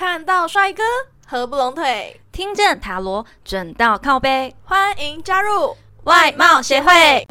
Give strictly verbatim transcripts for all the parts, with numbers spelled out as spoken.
看到帅哥合不拢腿， 听见塔罗准到靠背， 欢迎加入外貌协会。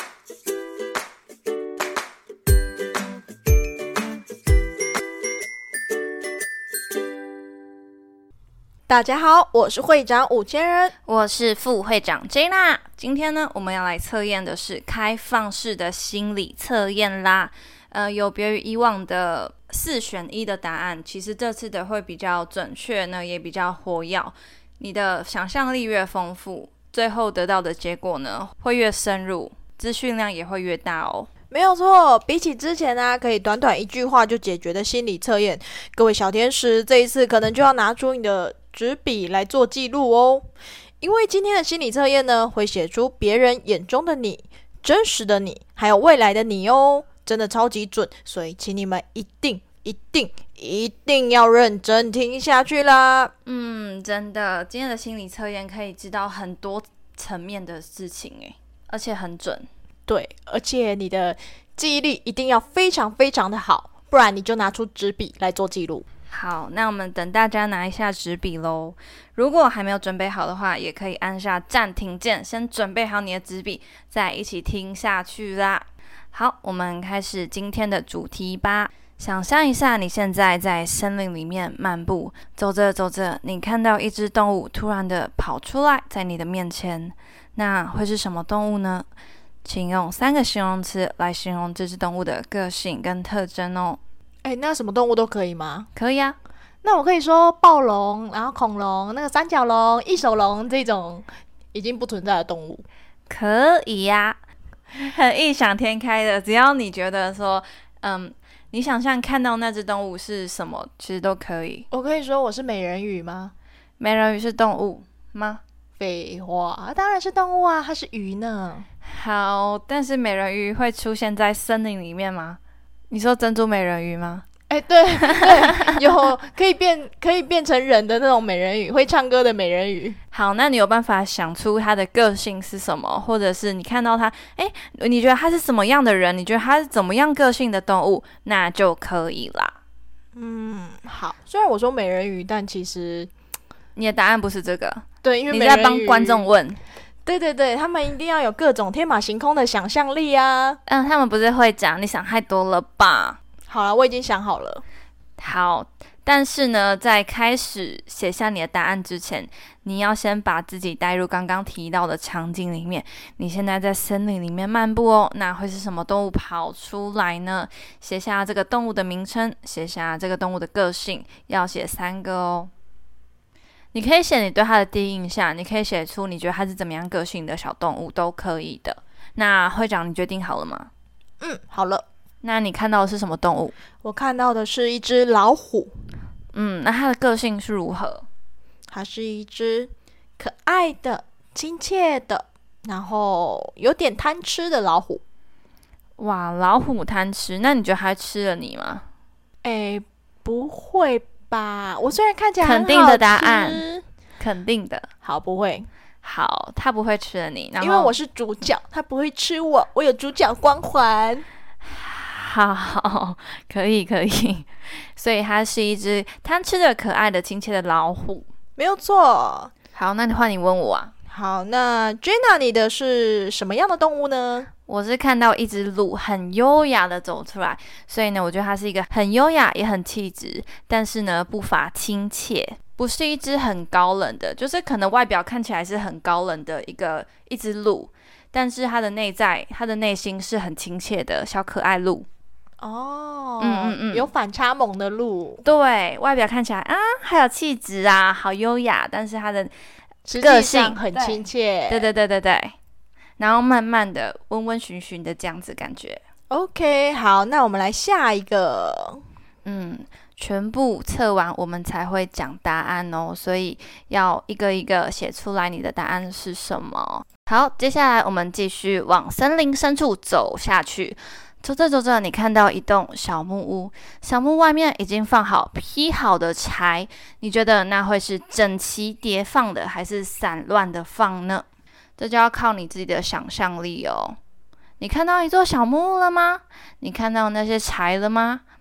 大家好，我是会长五千人， 我是副会长 Jana。今天呢，我们要来测验的是开放式的心理测验啦。呃，有别于以往的四选一的答案，其实这次的会比较准确呢，也比较活跃。你的想象力越丰富，最后得到的结果呢，会越深入，资讯量也会越大哦。 没有错，比起之前啊，可以短短一句话就解决的心理测验，各位小天使，这一次可能就要拿出你的纸笔来做记录哦。因为今天的心理测验呢，会写出别人眼中的你、真实的你，还有未来的你哦，真的超级准，所以请你们一定、一定、一定要认真听下去啦。 嗯，真的，今天的心理测验可以知道很多层面的事情诶，而且很准。 对，而且你的记忆力一定要非常非常的好，不然你就拿出纸笔来做记录。 好，那我们等大家拿一下纸笔咯。如果还没有准备好的话，也可以按下暂停键，先准备好你的纸笔，再一起听下去啦。好，我们开始今天的主题吧。想象一下，你现在在森林里面漫步，走着走着，你看到一只动物突然的跑出来，在你的面前，那会是什么动物呢？请用三个形容词来形容这只动物的个性跟特征哦。 哎，那什么动物都可以吗？ 可以啊。 那我可以说暴龙，然后恐龙，那个三角龙、异手龙这种已经不存在的动物。 可以呀、啊，很异想天开的，只要你觉得说，嗯，你想象看到那只动物是什么，其实都可以。 我可以说我是美人鱼吗？ 美人鱼是动物吗？ 废话，当然是动物啊，它是鱼呢。 好，但是美人鱼会出现在森林里面吗？你说珍珠美人鱼吗？ 哎，对对，有可以变可以变成人的那种美人鱼，会唱歌的美人鱼。 好，那你有办法想出它的个性是什么，或者是你看到它，哎，你觉得它是什么样的人？你觉得它是怎么样个性的动物，那就可以啦。 嗯，好。虽然我说美人鱼，但其实你的答案不是这个。 对，因为你在帮观众问。 对对对，他们一定要有各种天马行空的想象力啊。 嗯，他们不是会讲你想太多了吧？ 好了，我已经想好了。 好，但是呢，在开始写下你的答案之前，你要先把自己带入刚刚提到的场景里面。你现在在森林里面漫步哦，那会是什么动物跑出来呢？写下这个动物的名称，写下这个动物的个性，要写三个哦。你可以写你对它的第一印象，你可以写出你觉得它是怎么样个性的小动物，都可以的。那会长，你决定好了吗？ 嗯，好了。 那你看到的是什么动物？ 我看到的是一只老虎。 嗯，那它的个性是如何？ 它是一只可爱的、亲切的，然后有点贪吃的老虎。 哇，老虎贪吃，那你觉得它吃了你吗？ 哎，不会吧？我虽然看起来很好吃， 肯定的答案，肯定的。 好，不会。 好，它不会吃了你，然后因为我是主角，它不会吃我，我有主角光环。 好，可以可以，所以它是一只贪吃的、可爱的、亲切的老虎， 没有错。 好，那你换你问我啊。 好，那 Jana 你的是什么样的动物呢？ 我是看到一只鹿很优雅的走出来，所以呢，我觉得它是一个很优雅也很气质，但是呢不乏亲切，不是一只很高冷的，就是可能外表看起来是很高冷的一个一只鹿，但是它的内在、它的内心是很亲切的小可爱鹿。 哦， 嗯嗯嗯， 有反差萌的鹿。 对，外表看起来啊，还有气质啊，好优雅，但是它的个性很亲切。 对对对对对，然后慢慢的、温温循循的这样子感觉。 OK， 好，那我们来下一个。 嗯，全部测完我们才会讲答案哦，所以要一个一个写出来你的答案是什么。好，接下来我们继续往森林深处走下去。走着走着，你看到一栋小木屋，小木外面已经放好劈好的柴，你觉得那会是整齐叠放的，还是散乱的放呢？这就要靠你自己的想象力哦。你看到一座小木屋了吗？你看到那些柴了吗？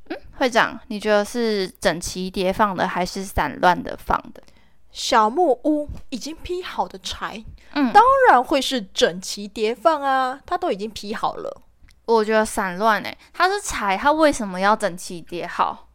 嗯，会长，你觉得是整齐叠放的，还是散乱的放的？ 小木屋已经劈好的柴， 嗯， 当然会是整齐叠放啊，它都已经劈好了。 我觉得散乱诶，它是柴，它为什么要整齐叠好？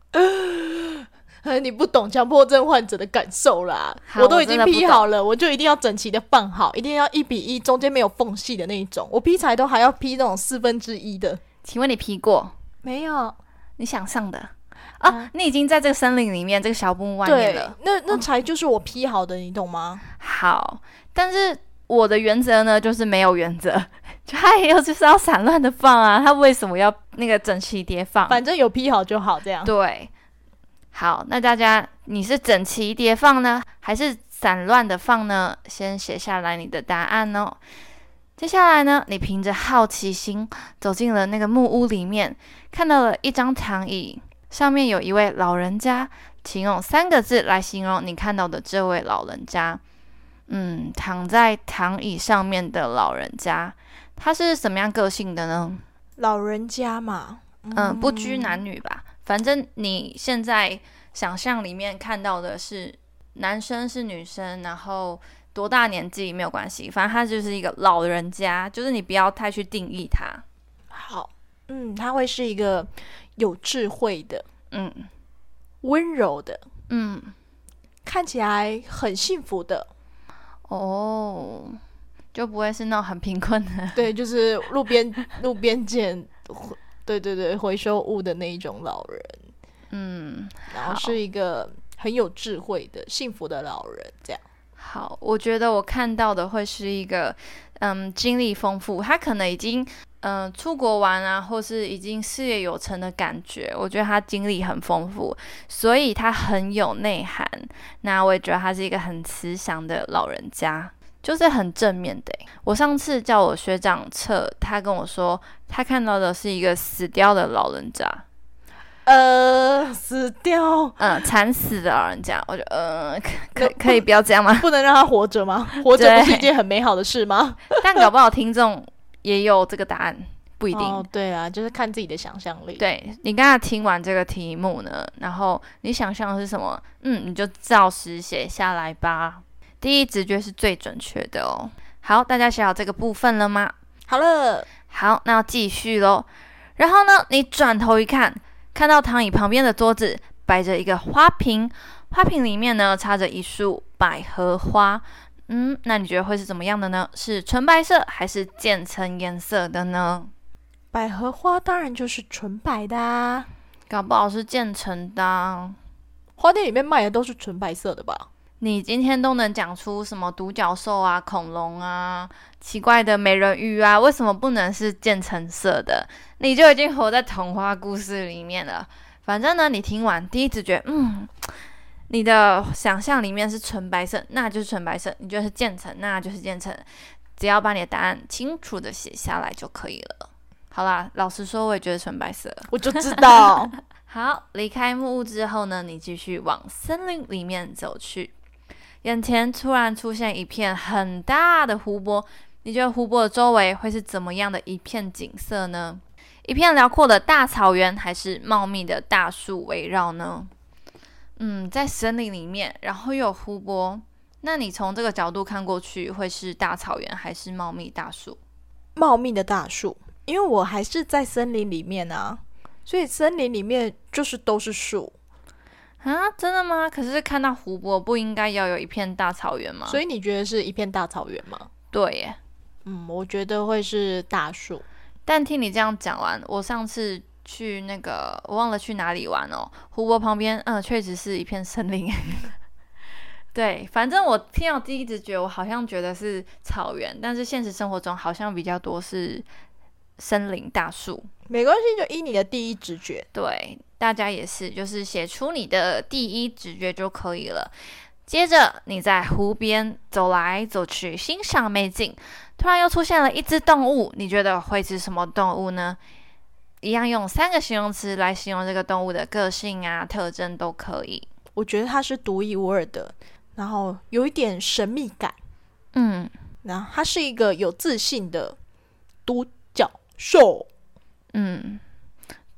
你不懂强迫症患者的感受啦， 好我都已经我真的不劈好了，我就一定要整齐的放好，一定要一比一，中间没有缝隙的那一种。我劈柴都还要劈那种四分之一的。 请问你劈过？ 没有你想象的啊、 啊你已经在这个森林里面，这个小木屋外面对了。， 那那柴就是我劈好的，你懂吗？ 好，但是我的原则呢，就是没有原则，就它也有就是要散乱的放啊，它为什么要那个整齐叠放？ 反正有劈好就好，这样。 对，好，那大家你是整齐叠放呢，还是散乱的放呢？先写下来你的答案哦。接下来呢，你凭着好奇心走进了那个木屋里面，看到了一张躺椅，上面有一位老人家，请用三个字来形容你看到的这位老人家。嗯，躺在躺椅上面的老人家，他是什么样个性的呢？ 老人家嘛， 嗯，不拘男女吧，反正你现在想象里面看到的是男生是女生，然后多大年纪没有关系，反正他就是一个老人家，就是你不要太去定义他。 好，嗯，他会是一个有智慧的、 嗯温柔的， 嗯， 看起来很幸福的。 哦，就不会是那种很贫困的。 对，就是路边路边捡，对对对，回收物的那一种老人， 嗯， 然后是一个很有智慧的、幸福的老人，这样。 好，我觉得我看到的会是一个，嗯，经历丰富，他可能已经，嗯，出国玩啊，或是已经事业有成的感觉。我觉得他经历很丰富，所以他很有内涵。那我也觉得他是一个很慈祥的老人家，就是很正面的欸。我上次叫我学长测，他跟我说，他看到的是一个死掉的老人家。 呃，死掉， 嗯，惨死的老人家，我就呃，可可可以不要这样吗？ 不能让他活着吗？活着不是一件很美好的事吗？ 但搞不好听众也有这个答案，不一定。 哦，对啊，就是看自己的想象力。 对，你刚才听完这个题目呢，然后你想象的是什么？嗯，你就照实写下来吧。第一直觉是最准确的哦。好，大家写好这个部分了吗？ 好了， 好，那要继续咯。然后呢，你转头一看，看到躺椅旁边的桌子摆着一个花瓶，花瓶里面呢插着一束百合花。嗯，那你觉得会是怎么样的呢？是纯白色还是渐层颜色的呢？ 百合花当然就是纯白的啊， 搞不好是渐层的啊。 花店里面卖的都是纯白色的吧？ 你今天都能讲出什么独角兽啊、恐龙啊、奇怪的美人鱼啊，为什么不能是渐层色的？你就已经活在童话故事里面了。反正呢，你听完第一直觉，嗯，你的想象里面是纯白色，那就是纯白色；你觉得是渐层，那就是渐层。只要把你的答案清楚的写下来就可以了。好啦，老实说，我也觉得纯白色。 我就知道。 好，离开木屋之后呢，你继续往森林里面走去。眼前突然出现一片很大的湖泊，你觉得湖泊的周围会是怎么样的一片景色呢？一片辽阔的大草原，还是茂密的大树围绕呢？嗯，在森林里面，然后又有湖泊，那你从这个角度看过去，会是大草原还是茂密大树？ 茂密的大树，因为我还是在森林里面啊，所以森林里面就是都是树啊，真的吗？可是看到湖泊不应该要有一片大草原吗？ 所以你觉得是一片大草原吗？ 对耶。 嗯，我觉得会是大树。 但听你这样讲完，我上次去那个我忘了去哪里玩哦，湖泊旁边，嗯，确实是一片森林。对，反正我听到第一直觉，我好像觉得是草原，但是现实生活中好像比较多是森林大树。 没关系，就依你的第一直觉。 对，大家也是，就是写出你的第一直觉就可以了。接着你在湖边走来走去，欣赏美景，突然又出现了一只动物，你觉得会是什么动物呢？一样用三个形容词来形容这个动物的个性啊、特征都可以。 我觉得它是独一无二的，然后有一点神秘感。 嗯， 然后它是一个有自信的独角兽。 嗯，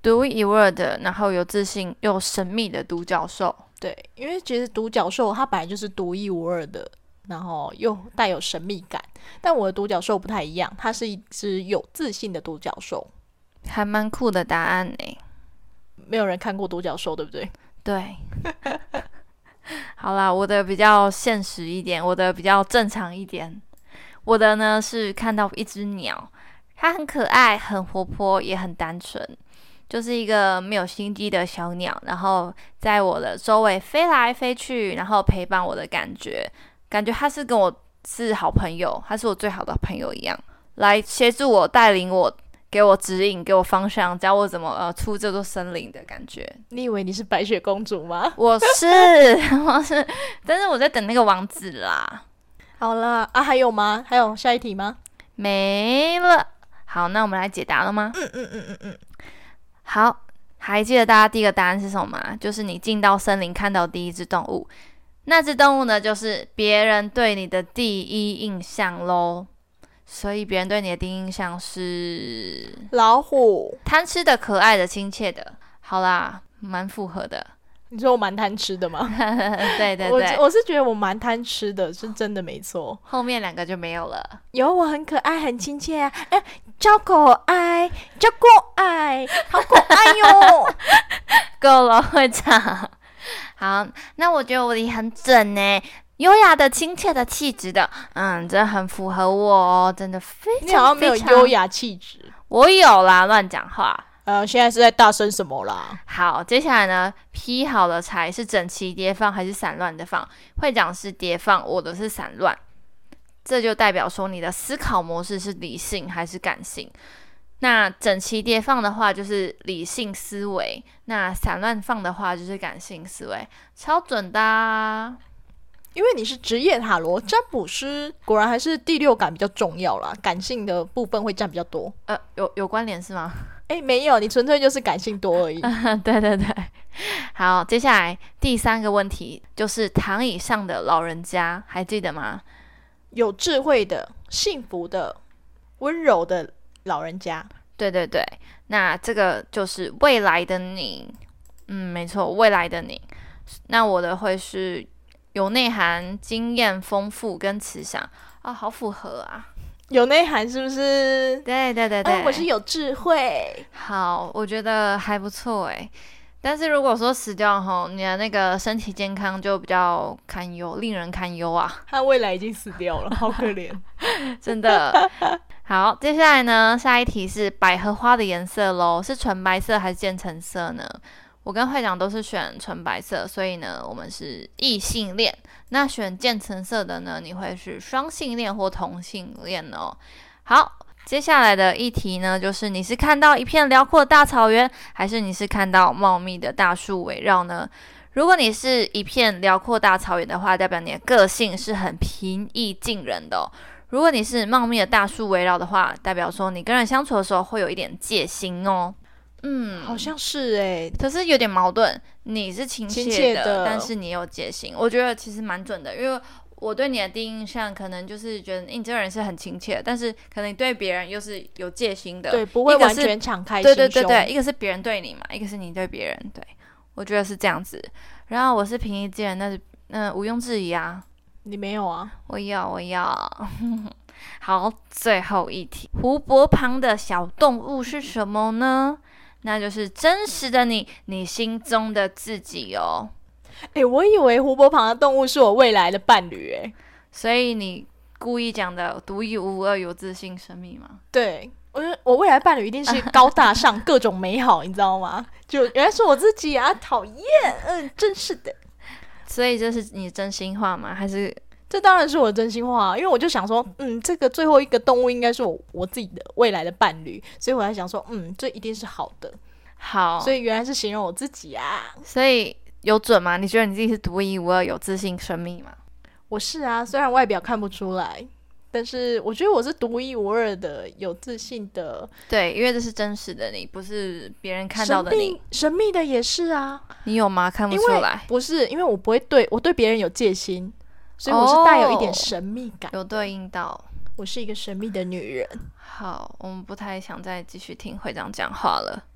独一无二的，然后有自信又神秘的独角兽。 对，因为其实独角兽它本来就是独一无二的，然后又带有神秘感。但我的独角兽不太一样，它是一只有自信的独角兽。 还蛮酷的答案呢。 没有人看过独角兽，对不对？ 对。好啦，我的比较现实一点，我的比较正常一点。我的呢是看到一只鸟，它很可爱，很活泼，也很单纯，就是一个没有心机的小鸟，然后在我的周围飞来飞去，然后陪伴我的感觉，感觉它是跟我是好朋友，它是我最好的朋友一样，来协助我，带领我，给我指引，给我方向，教我怎么呃出这座森林的感觉。 你以为你是白雪公主吗？ 我是，我是，但是我在等那个王子啦。 好了啊，还有吗？还有下一题吗？ 没了。好，那我们来解答了吗？ 嗯嗯嗯嗯嗯。 好，还记得大家第一个答案是什么吗？就是你进到森林看到第一只动物，那只动物呢，就是别人对你的第一印象咯。所以别人对你的第一印象是老虎， 贪吃的、可爱的、亲切的。好啦，蛮符合的。 你说我蛮贪吃的吗？ 对对对， 我我是觉得我蛮贪吃的，是真的没错。 后面两个就没有了。 有，我很可爱，很亲切啊，哎，超可爱，超可爱，好可爱哟！ 够了，会唱。好，那我觉得我的很准呢。优雅的、亲切的、气质的，嗯，这很符合我哦，真的非常非常。 你好像没有优雅气质。 我有啦，乱讲话。 呃，现在是在大声什么啦？ 好，接下来呢，劈好了柴是整齐叠放还是散乱的放？会长是叠放，我的是散乱，这就代表说你的思考模式是理性还是感性。那整齐叠放的话就是理性思维，那散乱放的话就是感性思维，超准的啊。 因为你是职业塔罗占卜师，果然还是第六感比较重要啦，感性的部分会占比较多。 呃，有有关联是吗？ 诶，没有，你纯粹就是感性多而已。 对对对，好，接下来第三个问题就是躺椅上的老人家，还记得吗？ 有智慧的、幸福的、温柔的老人家。 对对对，那这个就是未来的你。嗯，没错，未来的你。那我的会是有内涵、经验丰富跟慈祥啊，好符合啊！ 有内涵是不是？ 对对对对， 啊、我是有智慧。 好，我觉得还不错诶。但是如果说死掉后，你的那个身体健康就比较堪忧，令人堪忧啊。 他未来已经死掉了，好可怜， 真的。好，接下来呢，下一题是百合花的颜色咯，是纯白色还是渐层色呢？我跟会长都是选纯白色，所以呢，我们是异性恋。那选渐层色的呢，你会是双性恋或同性恋哦。好，接下来的一题呢，就是你是看到一片辽阔的大草原，还是你是看到茂密的大树围绕呢？如果你是一片辽阔大草原的话，代表你的个性是很平易近人的哦。如果你是茂密的大树围绕的话，代表说你跟人相处的时候会有一点戒心哦。嗯， 好像是诶、 可是有点矛盾。你是亲切的， 亲切的但是你也有戒心，我觉得其实蛮准的。因为我对你的第一印象可能就是觉得，欸、你这个人是很亲切的，但是可能你对别人又是有戒心的， 对，不会完全敞开心胸。 对对对对，一个是别人对你嘛，一个是你对别人。对，我觉得是这样子。然后我是平易近人，那是嗯、呃、毋庸置疑啊。 你没有啊？ 我要我要。好，最后一题，湖泊旁的小动物是什么呢？那就是真实的你，你心中的自己哦。 诶、我以为湖泊旁的动物是我未来的伴侣诶。 所以你故意讲的独一无二、有自信、神秘吗？ 对，我觉得我未来伴侣一定是高大上、各种美好，你知道吗？就原来是我自己啊，讨厌，嗯，真是的。 所以这是你真心话吗？还是？ 这当然是我的真心话，因为我就想说，嗯，这个最后一个动物应该是我我自己的未来的伴侣，所以我在想说，嗯，这一定是好的。 好， 所以原来是形容我自己啊。 所以有准吗？你觉得你自己是独一无二、有自信、神秘吗？ 我是啊，虽然外表看不出来，但是我觉得我是独一无二的、有自信的。 对，因为这是真实的你，不是别人看到的你。 神秘，神秘的也是啊。 你有吗？看不出来。 不是，因为我不会对我对别人有戒心。所以我是带有一点神秘感、 哦、有对应到。 我是一个神秘的女人。 好，我们不太想再继续听会长讲话了。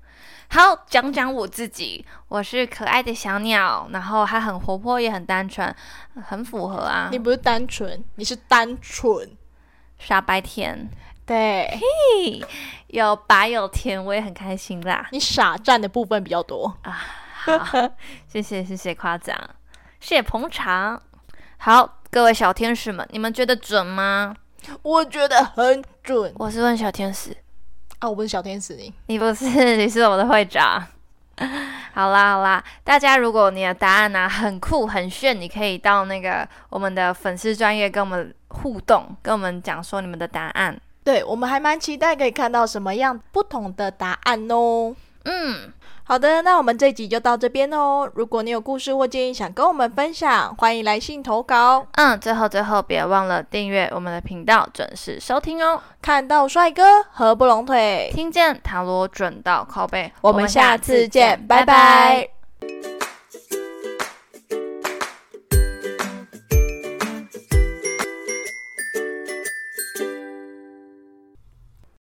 好，讲讲我自己，我是可爱的小鸟，然后还很活泼，也很单纯，很符合啊。 你不是单纯，你是单纯。 傻白甜， 对， 嘿，有白有甜，我也很开心啦。 你傻占的部分比较多啊。好，谢谢谢谢夸奖，谢谢捧场。好，各位小天使们，你们觉得准吗？ 我觉得很准。 我是问小天使啊，我不是小天使你， 你不是，你是我的会长。好啦好啦，大家如果你的答案啊很酷很炫，你可以到那个我们的粉丝专页跟我们互动，跟我们讲说你们的答案。 对，我们还蛮期待可以看到什么样不同的答案哦。 嗯， 好的，那我们这集就到这边哦。如果你有故事或建议想跟我们分享，欢迎来信投稿。 嗯，最后最后别忘了订阅我们的频道，准时收听哦。 看到帅哥合不拢腿， 听见塔罗准到靠背， 我们下次见，拜拜。